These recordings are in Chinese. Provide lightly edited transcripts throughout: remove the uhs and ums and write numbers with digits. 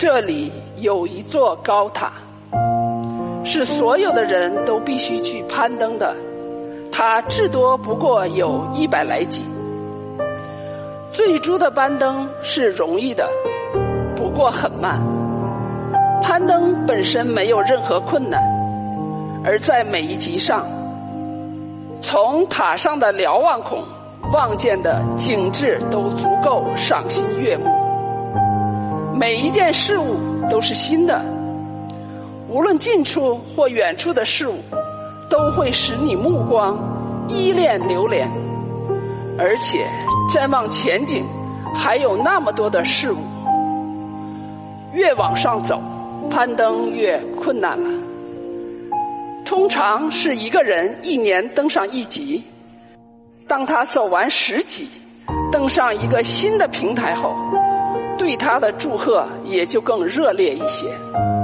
这里有一座高塔，是所有的人都必须去攀登的，它至多不过有100来级。最初的攀登是容易的，不过很慢。攀登本身没有任何困难，而在每一级上，从塔上的瞭望孔望见的景致都足够赏心悦目。每一件事物都是新的，无论近处或远处的事物，都会使你目光依恋流连。而且瞻望前景，还有那么多的事物。越往上走，攀登越困难了。通常是一个人1年登上1级，当他走完10级，登上一个新的平台后，对他的祝贺也就更热烈一些。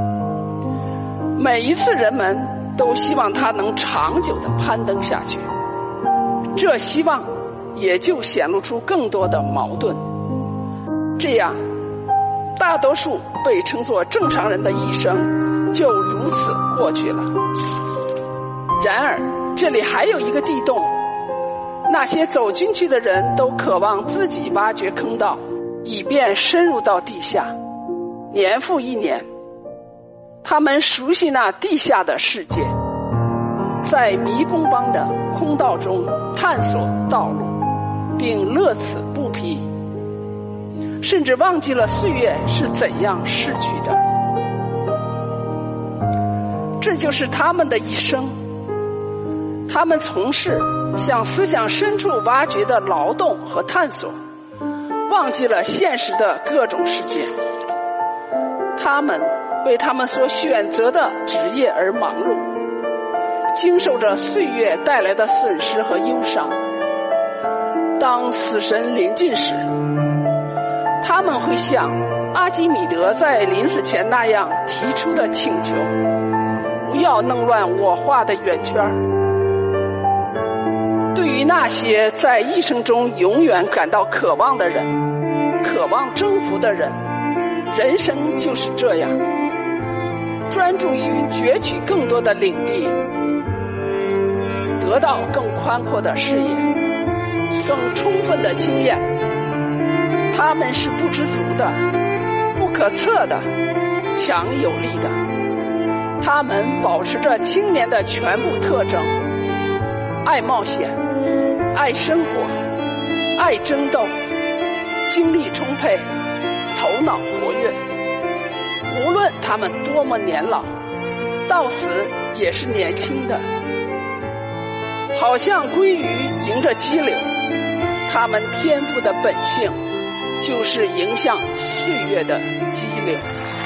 每一次人们都希望他能长久地攀登下去，这希望也就显露出更多的矛盾。这样，大多数被称作正常人的一生就如此过去了。然而，这里还有一个地洞，那些走进去的人都渴望自己挖掘坑道，以便深入到地下。年复一年，他们熟悉那地下的世界，在迷宫般的空道中探索道路，并乐此不疲，甚至忘记了岁月是怎样逝去的。这就是他们的一生。他们从事向思想深处挖掘的劳动和探索，忘记了现实的各种事件。他们为他们所选择的职业而忙碌，经受着岁月带来的损失和忧伤。当死神临近时，他们会像阿基米德在临死前那样提出的请求：不要弄乱我画的圆圈。对于那些在一生中永远感到渴望的人，渴望征服的人，人生就是这样，专注于攫取更多的领地，得到更宽阔的视野，更充分的经验。他们是不知足的，不可测的，强有力的。他们保持着青年的全部特征：爱冒险，爱生活，爱争斗，精力充沛，头脑活跃。无论他们多么年老，到死也是年轻的。好像鲑鱼迎着激流，他们天赋的本性就是迎向岁月的激流。